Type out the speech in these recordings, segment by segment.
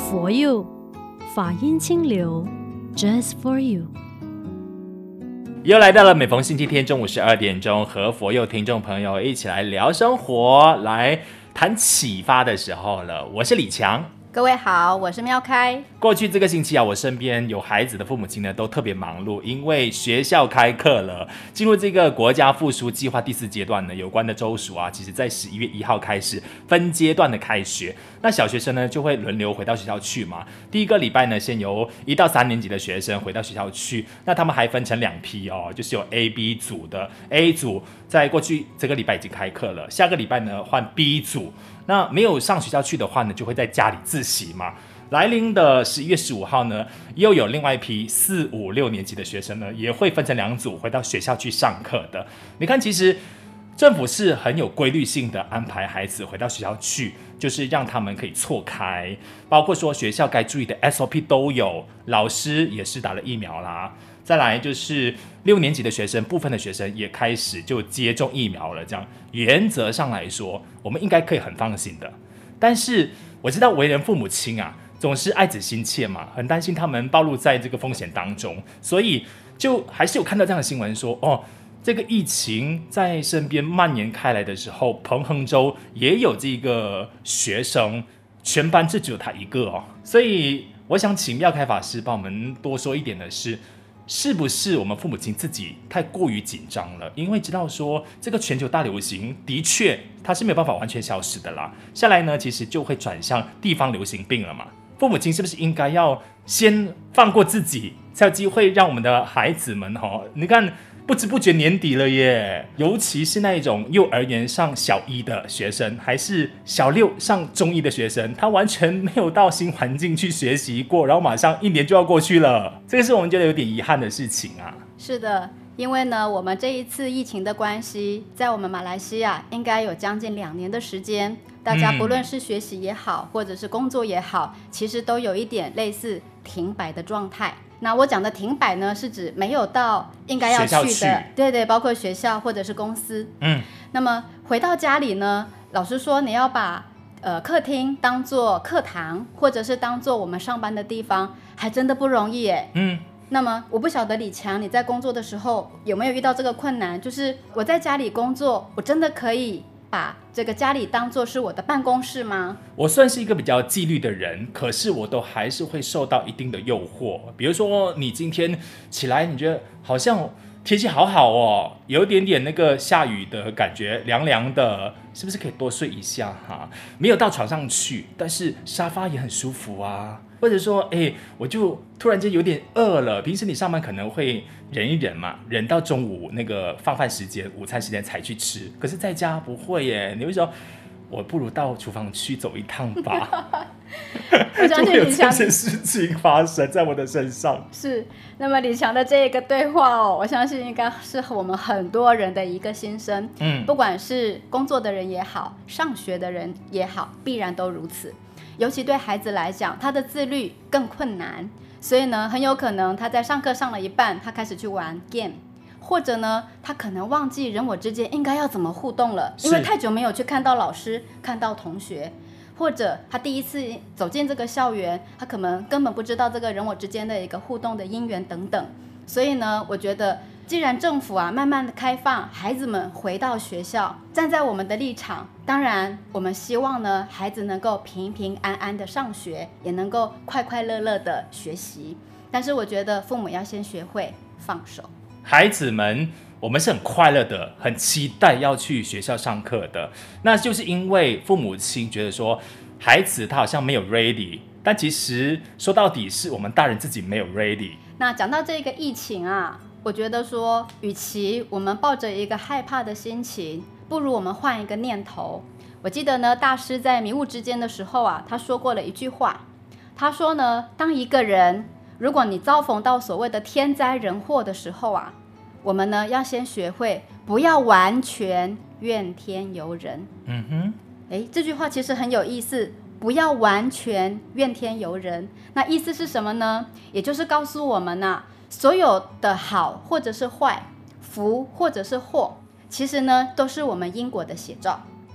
For you， 法音清流 ，Just for you。 又来到了每逢星期天中午12点钟，和佛佑听众朋友一起来聊生活，来谈启发的时候了。我是李强。 各位好，我是妙开。 过去这个星期啊，我身边有孩子的父母亲呢，都特别忙碌，因为学校开课了。进入这个国家复苏计划第4阶段呢，有关的州属啊，其实在11月1号开始分阶段的开学。那小学生呢，就会轮流回到学校去嘛。第一个礼拜呢，先由1到3年级的学生回到学校去。那他们还分成2批哦，就是有 A、B 组的。A 组在过去这个礼拜已经开课了，下个礼拜呢换 B 组。那没有上学校去的话呢，就会在家里自习嘛。来临的11月15号呢，又有另外一批4、5、6年级的学生呢，也会分成2组回到学校去上课的。你看，其实政府是很有规律性的安排孩子回到学校去，就是让他们可以错开，包括说学校该注意的 SOP 都有，老师也是打了疫苗啦。再来就是6年级的学生，部分的学生也开始就接种疫苗了。这样原则上来说，我们应该可以很放心的。但是我知道为人父母亲啊，总是爱子心切嘛，很担心他们暴露在这个风险当中，所以就还是有看到这样的新闻说，这个疫情在身边蔓延开来的时候，彭亨州也有这个学生，全班只有他一个哦。所以我想请妙开法师帮我们多说一点的是不是我们父母亲自己太过于紧张了？因为知道说这个全球大流行的确它是没有办法完全消失的啦，下来呢其实就会转向地方流行病了嘛。父母亲是不是应该要先放过自己，才有机会让我们的孩子们你看不知不觉年底了耶，尤其是那种幼儿园上小1的学生，还是小6上中1的学生，他完全没有到新环境去学习过，然后马上1年就要过去了，这个是我们觉得有点遗憾的事情啊。 是的，因为呢，我们这一次疫情的关系，在我们马来西亚应该有将近2年的时间，大家不论是学习也好，或者是工作也好，其实都有一点类似停摆的状态。那我讲的停摆呢，是指没有到应该要去的，对，包括学校或者是公司。那么回到家里呢，老实说，你要把客厅当作课堂，或者是当作我们上班的地方，还真的不容易耶。那么我不晓得李强，你在工作的时候有没有遇到这个困难？就是我在家里工作，我真的可以把这个家里当作是我的办公室吗？ 我算是一个比较纪律的人，可是我都还是会受到一定的诱惑。比如说你今天起来，你觉得好像天气好好哦，有一点点那个下雨的感觉，凉凉的，是不是可以多睡一下哈？没有到床上去，但是沙发也很舒服啊。或者说我就突然间有点饿了，平时你上班可能会忍一忍嘛，忍到中午那个放饭时间、午餐时间才去吃，可是在家不会耶，你会说我不如到厨房去走一趟吧。 我相信李强就会有这些事情发生在我的身上。 是，那么李强的这个对话我相信应该是我们很多人的一个心声。不管是工作的人也好，上学的人也好，必然都如此。尤其对孩子来讲，他的自律更困难，所以呢，很有可能他在上课上了一半，他开始去玩 game， 或者呢，他可能忘记人我之间应该要怎么互动了，因为太久没有去看到老师，看到同学，或者他第一次走进这个校园，他可能根本不知道这个人我之间的一个互动的因缘等等。所以呢，我觉得既然政府慢慢的开放孩子们回到学校，站在我们的立场，当然我们希望呢，孩子能够平平安安的上学，也能够快快乐乐的学习。但是我觉得父母要先学会放手。 孩子们，我们是很快乐的，很期待要去学校上课的，那就是因为父母亲觉得说孩子他好像没有 ready， 但其实说到底是我们大人自己没有 ready。 那讲到这个疫情我觉得说，与其我们抱着一个害怕的心情，不如我们换一个念头。我记得呢，大师在迷雾之间的时候他说过了一句话，他说呢，当一个人如果你遭逢到所谓的天灾人祸的时候我们呢要先学会不要完全怨天尤人。这句话其实很有意思，不要完全怨天尤人。那意思是什么呢？也就是告诉我们所有的好或者是坏，福或者是祸，其实呢都是我们因果的写照。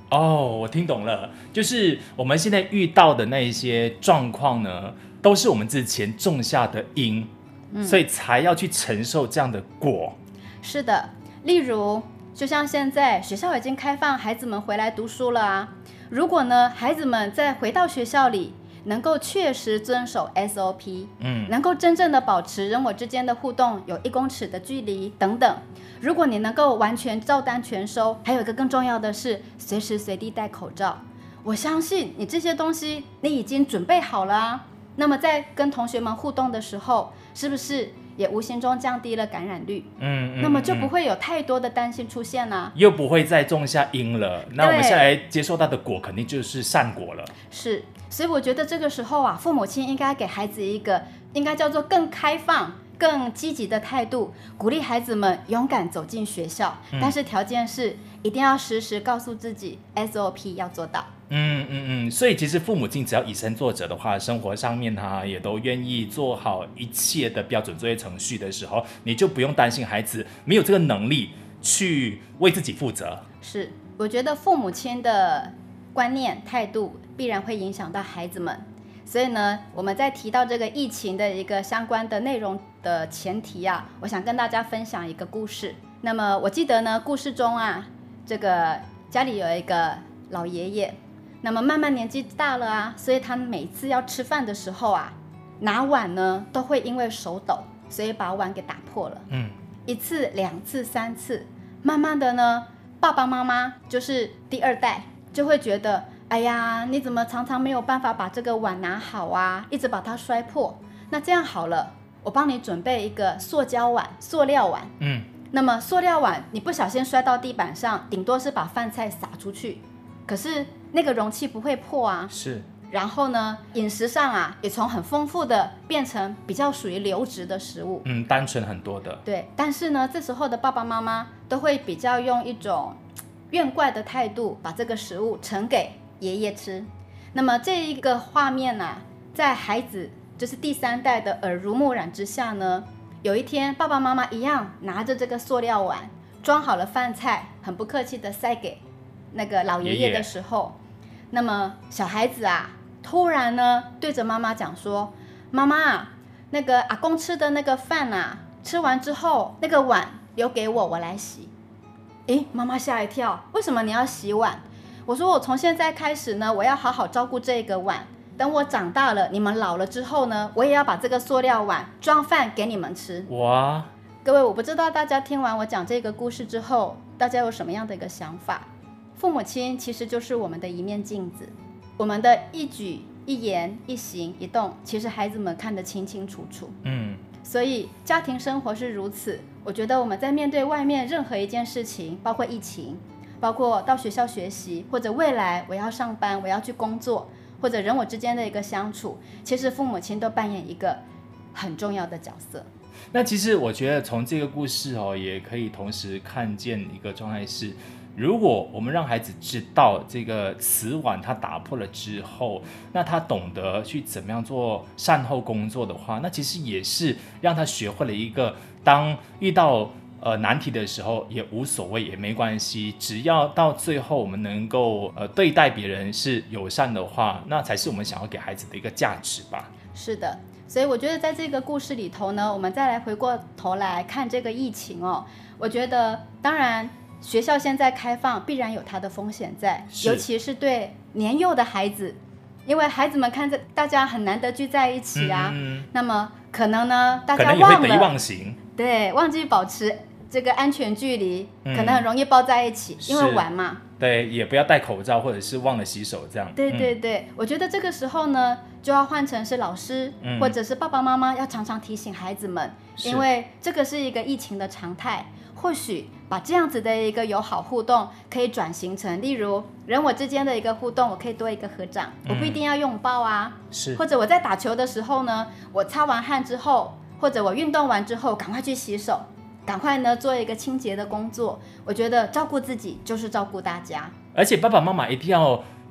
哦，我听懂了，就是我们现在遇到的那一些状况呢，都是我们之前种下的因，所以才要去承受这样的果。 是的，例如就像现在学校已经开放孩子们回来读书了啊，如果呢孩子们再回到学校里能够确实遵守 SOP，能够真正的保持人我之间的互动有1公尺的距离等等，如果你能够完全照单全收，还有一个更重要的是随时随地戴口罩，我相信你这些东西你已经准备好了啊，那么在跟同学们互动的时候，是不是也无形中降低了感染率？那么就不会有太多的担心出现啊， 又不会再种下因了，那我们下来接受到的果肯定就是善果了。 是，所以我觉得这个时候啊，父母亲应该给孩子一个应该叫做更开放更积极的态度，鼓励孩子们勇敢走进学校，但是条件是一定要时时告诉自己 SOP 要做到。 所以其实父母亲只要以身作则的话，生活上面他也都愿意做好一切的标准作业程序的时候，你就不用担心孩子没有这个能力去为自己负责。 是，我觉得父母亲的观念态度必然会影响到孩子们，所以呢，我们在提到这个疫情的一个相关的内容的前提啊，我想跟大家分享一个故事。那么我记得呢，故事中啊，这个家里有一个老爷爷，那么慢慢年纪大了啊，所以他每次要吃饭的时候啊，拿碗呢都会因为手抖，所以把碗给打破了。1次、2次、3次，慢慢的呢，爸爸妈妈就是第2代就会觉得，哎呀，你怎么常常没有办法把这个碗拿好啊，一直把它摔破。那这样好了，我帮你准备一个塑料碗。那么塑料碗你不小心摔到地板上，顶多是把饭菜洒出去，可是那个容器不会破啊。 是。 然后呢，饮食上啊，也从很丰富的变成比较属于流质的食物。 单纯很多的。 对，但是呢，这时候的爸爸妈妈都会比较用一种怨怪的态度，把这个食物呈给爷爷吃。那么这一个画面啊，在孩子就是第3代的耳濡目染之下呢，有一天爸爸妈妈一样拿着这个塑料碗装好了饭菜，很不客气的塞给那个老爷爷的时候，那么小孩子啊，突然呢对着妈妈讲说，妈妈，那个阿公吃的那个饭啊，吃完之后那个碗留给我，我来洗。妈妈吓一跳，为什么你要洗碗？我说我从现在开始呢，我要好好照顾这个碗，等我长大了，你们老了之后呢，我也要把这个塑料碗装饭给你们吃。 哇， 各位，我不知道大家听完我讲这个故事之后，大家有什么样的一个想法？父母亲其实就是我们的一面镜子，我们的一举一言一行一动，其实孩子们看得清清楚楚。所以家庭生活是如此，我觉得我们在面对外面任何一件事情，包括疫情，包括到学校学习，或者未来我要上班，我要去工作，或者人我之间的一个相处，其实父母亲都扮演一个很重要的角色。 那其实我觉得从这个故事也可以同时看见一个状态是，如果我们让孩子知道这个瓷碗它打破了之后，那他懂得去怎么样做善后工作的话，那其实也是让他学会了一个当遇到难题的时候也无所谓，也没关系，只要到最后我们能够对待别人是友善的话，那才是我们想要给孩子的一个价值吧。 是的，所以我觉得在这个故事里头呢，我们再来回过头来看这个疫情我觉得当然学校现在开放必然有它的风险在，尤其是对年幼的孩子，因为孩子们看着大家很难得聚在一起啊，那么可能呢大家忘了， 可能也会得意忘形， 对，忘记保持这个安全距离，可能很容易抱在一起，因为玩嘛。 对，也不要戴口罩或者是忘了洗手这样。 对对对，我觉得这个时候呢，就要换成是老师，或者是爸爸妈妈要常常提醒孩子们，因为这个是一个疫情的常态，或许把这样子的一个友好互动可以转型成，例如人我之间的一个互动，我可以多一个合掌，我不一定要拥抱啊， 是， 或者我在打球的时候呢，我擦完汗之后，或者我运动完之后赶快去洗手，赶快呢做一个清洁的工作。我觉得照顾自己就是照顾大家， 而且爸爸妈妈一定要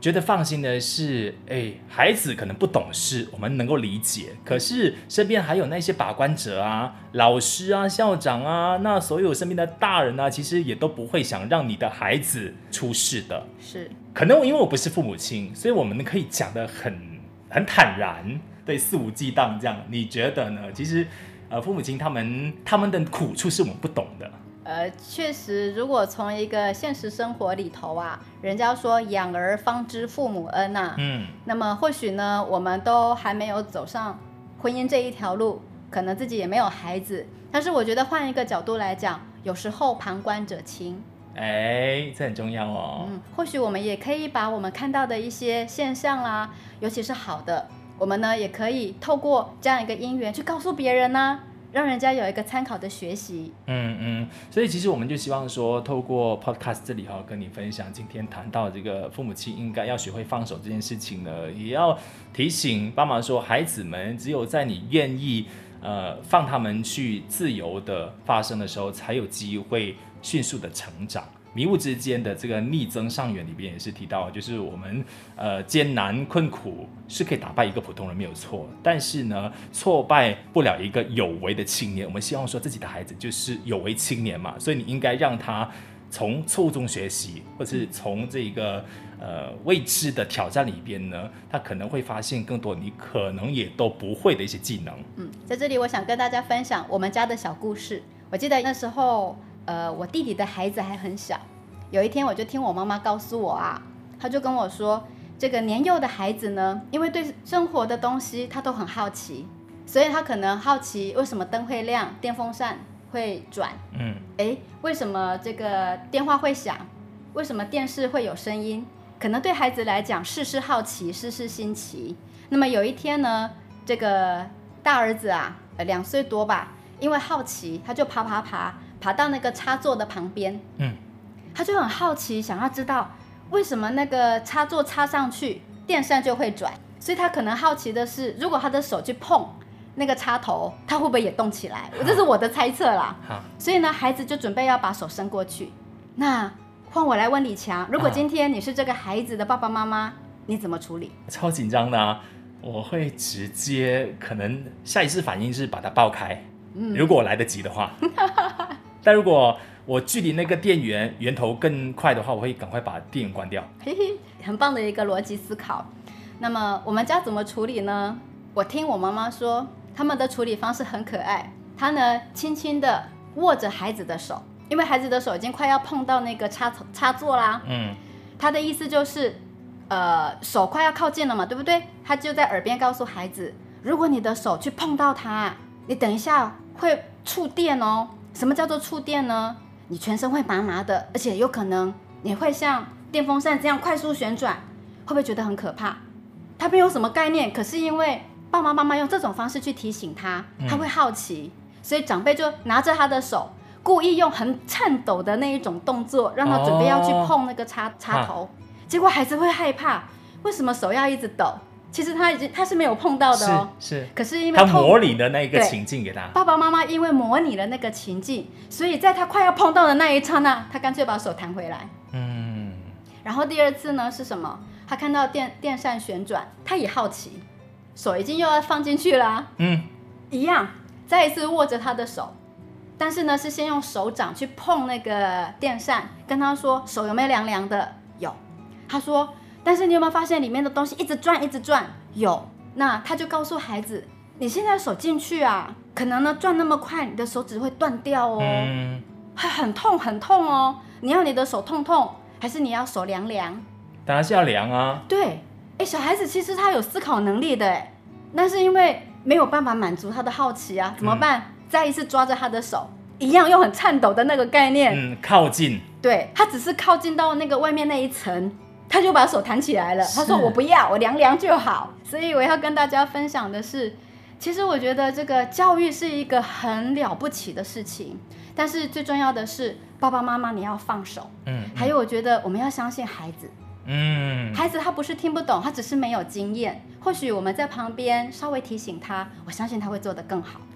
觉得放心的是，孩子可能不懂事，我们能够理解。可是身边还有那些把关者啊、老师啊、校长啊，那所有身边的大人啊，其实也都不会想让你的孩子出事的。 是，可能因为我不是父母亲，所以我们可以讲得很坦然，对，肆无忌惮这样。你觉得呢？其实，父母亲他们的苦处是我们不懂的。 确实，如果从一个现实生活里头啊，人家说养儿方知父母恩啊，那么或许呢，我们都还没有走上婚姻这一条路，可能自己也没有孩子，但是我觉得换一个角度来讲，有时候旁观者清， 这很重要哦。 或许我们也可以把我们看到的一些现象啦，尤其是好的，我们呢也可以透过这样一个因缘去告诉别人啊，让人家有一个参考的学习。 所以其实我们就希望说，透过 podcast 这里跟你分享今天谈到这个父母亲应该要学会放手这件事情呢，也要提醒爸妈说，孩子们只有在你愿意放他们去自由的发生的时候，才有机会迅速的成长。迷雾之间的这个逆增上缘里边也是提到，就是我们艰难困苦是可以打败一个普通人没有错，但是呢挫败不了一个有为的青年。我们希望说自己的孩子就是有为青年嘛，所以你应该让他从错误中学习，或是从这个未知的挑战里边呢，他可能会发现更多你可能也都不会的一些技能。 在这里我想跟大家分享我们家的小故事。我记得那时候我弟弟的孩子还很小，有一天我就听我妈妈告诉我啊，她就跟我说，这个年幼的孩子呢，因为对生活的东西他都很好奇，所以他可能好奇为什么灯会亮，电风扇会转，为什么这个电话会响，为什么电视会有声音，可能对孩子来讲事事好奇，事事新奇。那么有一天呢，这个大儿子啊，2岁多吧，因为好奇，他就爬到那个插座的旁边，他就很好奇，想要知道为什么那个插座插上去，电扇就会转。所以他可能好奇的是，如果他的手去碰那个插头，他会不会也动起来？这是我的猜测啦。所以呢，孩子就准备要把手伸过去。那换我来问李强，如果今天你是这个孩子的爸爸妈妈，你怎么处理？ 超紧张的啊！我会直接可能下意识反应是把它爆开，如果我来得及的话。但如果我距离那个电源源头更快的话，我会赶快把电源关掉。 很棒的一个逻辑思考。那么我们家怎么处理呢？我听我妈妈说，他们的处理方式很可爱。她呢，轻轻的握着孩子的手，因为孩子的手已经快要碰到那个插座啦。她的意思就是，手快要靠近了嘛，对不对？她就在耳边告诉孩子，如果你的手去碰到它，你等一下会触电哦。什么叫做触电呢？你全身会麻麻的，而且有可能你会像电风扇这样快速旋转，会不会觉得很可怕？他没有什么概念，可是因为爸爸妈妈用这种方式去提醒他，他会好奇，所以长辈就拿着他的手，故意用很颤抖的那一种动作，让他准备要去碰那个插头，结果孩子会害怕，为什么手要一直抖？其实他是没有碰到的哦， 是， 可是因为他模拟的那个情境给他， 爸爸妈妈因为模拟了那个情境，所以在他快要碰到的那一刹那，他干脆把手弹回来。然后第二次呢是什么？他看到电扇旋转，他也好奇，手已经又要放进去了，一样，再一次握着他的手，但是呢是先用手掌去碰那个电扇，跟他说手有没有凉凉的？有。他说，但是你有没有发现里面的东西一直转一直转？有。那他就告诉孩子，你现在手进去啊，可能呢转那么快，你的手指会断掉哦，会很痛很痛哦。你要你的手痛痛，还是你要手凉凉？ 当然是要凉啊。 对，小孩子其实他有思考能力的，但是因为没有办法满足他的好奇啊，怎么办？再一次抓着他的手，一样用很颤抖的那个概念， 靠近。 对，他只是靠近到那个外面那一层，他就把手弹起来了。他说我不要，我凉凉就好。所以我要跟大家分享的是，其实我觉得这个教育是一个很了不起的事情，但是最重要的是爸爸妈妈你要放手。还有我觉得我们要相信孩子。孩子他不是听不懂，他只是没有经验。或许我们在旁边稍微提醒他，我相信他会做得更好。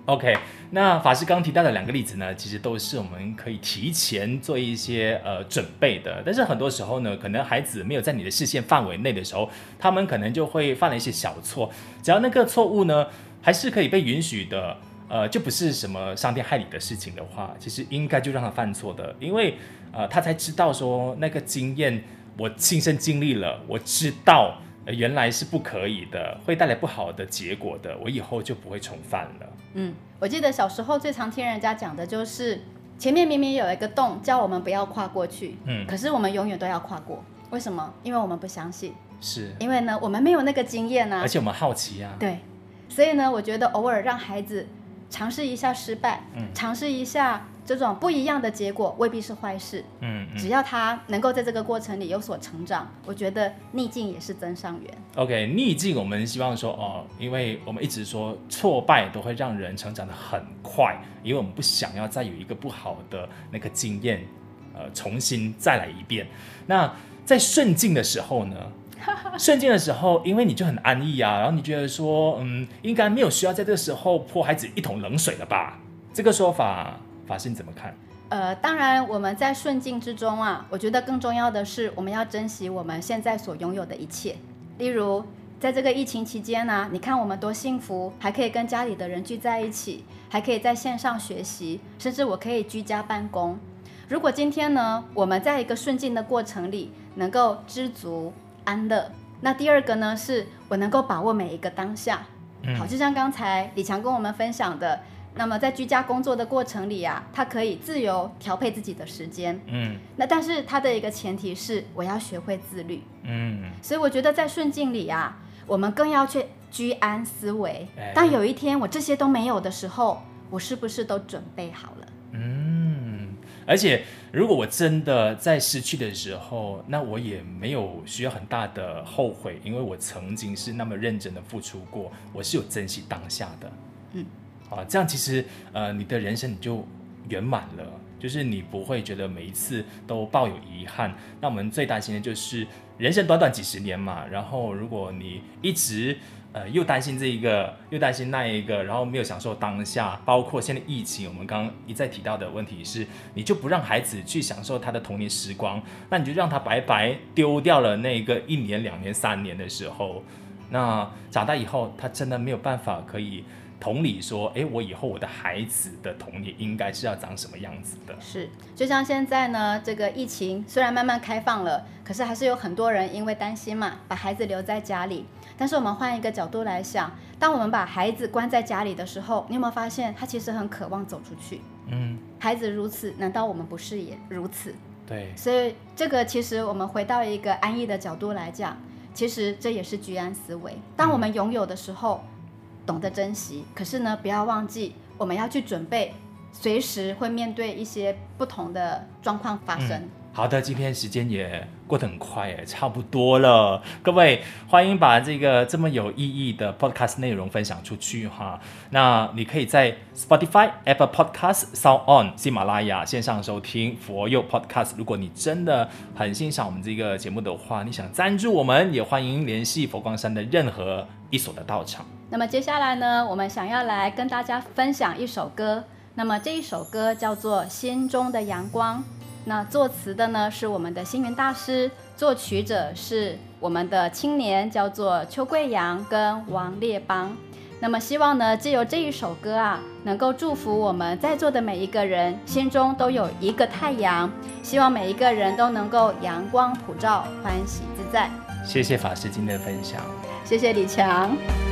OK， 那法师刚提到的2个例子呢，其实都是我们可以提前做一些准备的。但是很多时候呢，可能孩子没有在你的视线范围内的时候，他们可能就会犯了一些小错。只要那个错误呢，还是可以被允许的，就不是什么伤天害理的事情的话，其实应该就让他犯错的，因为他才知道说那个经验我亲身经历了，我知道。原来是不可以的，会带来不好的结果的，我以后就不会重犯了。 我记得小时候最常听人家讲的就是前面明明有一个洞叫我们不要跨过去，可是我们永远都要跨过。为什么？因为我们不相信， 是因为呢我们没有那个经验啊， 而且我们好奇啊。 对，所以呢我觉得偶尔让孩子尝试一下失败，尝试一下这种不一样的结果未必是坏事，只要他能够在这个过程里有所成长，我觉得逆境也是增上缘。 OK， 逆境我们希望说因为我们一直说挫败都会让人成长得很快，因为我们不想要再有一个不好的那个经验，重新再来一遍。那在顺境的时候呢？顺境的时候，因为你就很安逸啊，然后你觉得说，应该没有需要在这个时候泼孩子一桶冷水了吧？这个说法。法师你怎么看？ 当然我们在顺境之中啊，我觉得更重要的是我们要珍惜我们现在所拥有的一切。例如在这个疫情期间啊，你看我们多幸福，还可以跟家里的人聚在一起，还可以在线上学习，甚至我可以居家办公。如果今天呢，我们在一个顺境的过程里能够知足安乐，那第二个呢，是我能够把握每一个当下。好，就像刚才李强跟我们分享的，那么在居家工作的过程里啊，他可以自由调配自己的时间，那但是他的一个前提是我要学会自律，所以我觉得在顺境里啊，我们更要去居安思危。当有一天我这些都没有的时候，我是不是都准备好了？ 而且如果我真的在失去的时候，那我也没有需要很大的后悔，因为我曾经是那么认真的付出过，我是有珍惜当下的。这样其实你的人生你就圆满了，就是你不会觉得每一次都抱有遗憾。那我们最担心的就是人生短短几十年嘛，然后如果你一直又担心这一个又担心那一个，然后没有享受当下，包括现在疫情我们刚刚一再提到的问题是，你就不让孩子去享受他的童年时光，那你就让他白白丢掉了那个1年2年3年的时候，那长大以后他真的没有办法可以同理说，我以后我的孩子的童年应该是要长什么样子的。 是，就像现在呢，这个疫情虽然慢慢开放了，可是还是有很多人因为担心嘛，把孩子留在家里。但是我们换一个角度来想，当我们把孩子关在家里的时候，你有没有发现他其实很渴望走出去？孩子如此，难道我们不是也如此？ 对， 所以这个其实我们回到一个安逸的角度来讲，其实这也是居安思危。当我们拥有的时候，懂得珍惜，可是呢，不要忘记我们要去准备，随时会面对一些不同的状况发生。 好的，今天时间也过得很快，差不多了。各位欢迎把这个这么有意义的 podcast 内容分享出去哈。那你可以在 Spotify、Apple Podcast、SoundOn、喜马拉雅线上收听佛佑 Podcast。如果你真的很欣赏我们这个节目的话，你想赞助我们，也欢迎联系佛光山的任何一所的道场。 那么接下来呢，我们想要来跟大家分享一首歌。那么这一首歌叫做《心中的阳光》。那作词的呢是我们的星云大师，作曲者是我们的青年，叫做邱贵阳跟王烈邦。那么希望呢藉由这一首歌啊，能够祝福我们在座的每一个人心中都有一个太阳，希望每一个人都能够阳光普照，欢喜自在。 谢谢法师今天的分享， 谢谢李强。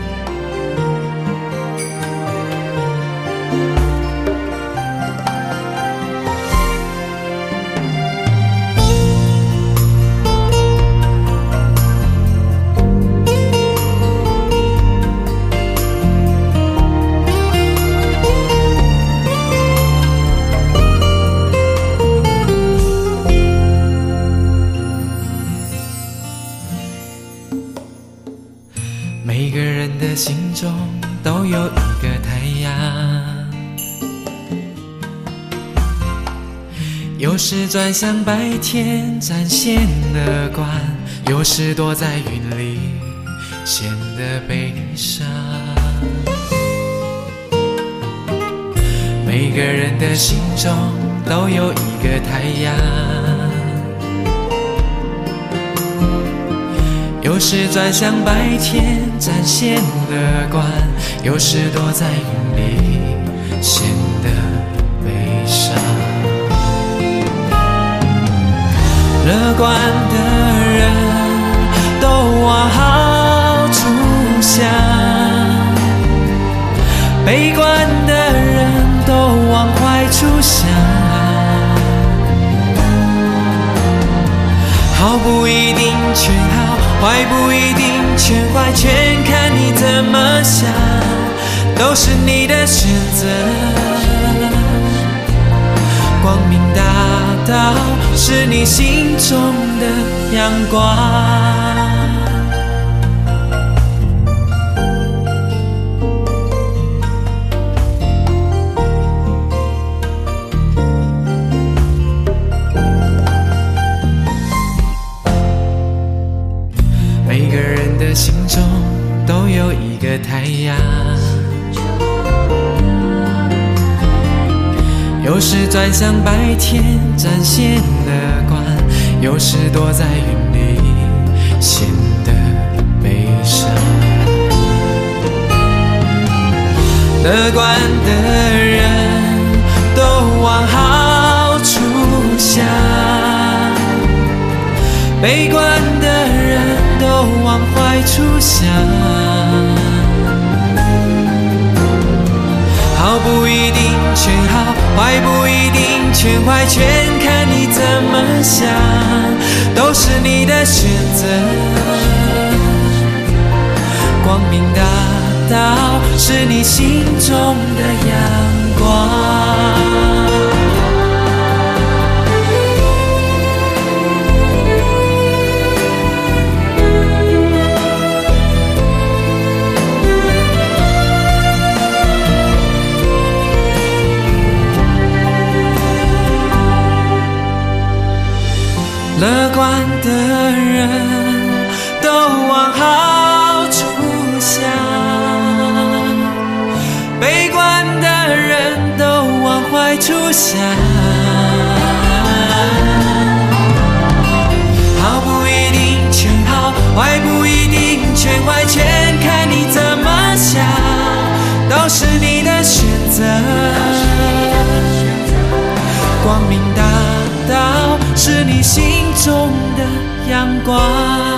心中都有一个太阳，有时转向白天展现乐观，有时躲在云里显得悲伤。 每个人的心中都有一个太阳，有时转向白天展现乐观，有时躲在云里显得悲伤。乐观的人都往好处想，悲观的人都往坏处想。好不一定全好，坏不一定全坏，全看你怎么想，都是你的选择。光明大道是你心中的阳光。每个人的心中都有一个太阳，有时转向白天展现乐观，有时躲在云里显得悲伤。乐观的人都往好处想，悲观的人都往坏处想。好不一定全好，坏不一定全坏，全看你怎么想，都是你的选择。光明大道是你心中的阳光。乐观的人都往好处想，悲观的人都往坏处想。好不一定全好，坏不一定全坏，全看你怎么想，都是你的选择。光明大道是你心中的阳光。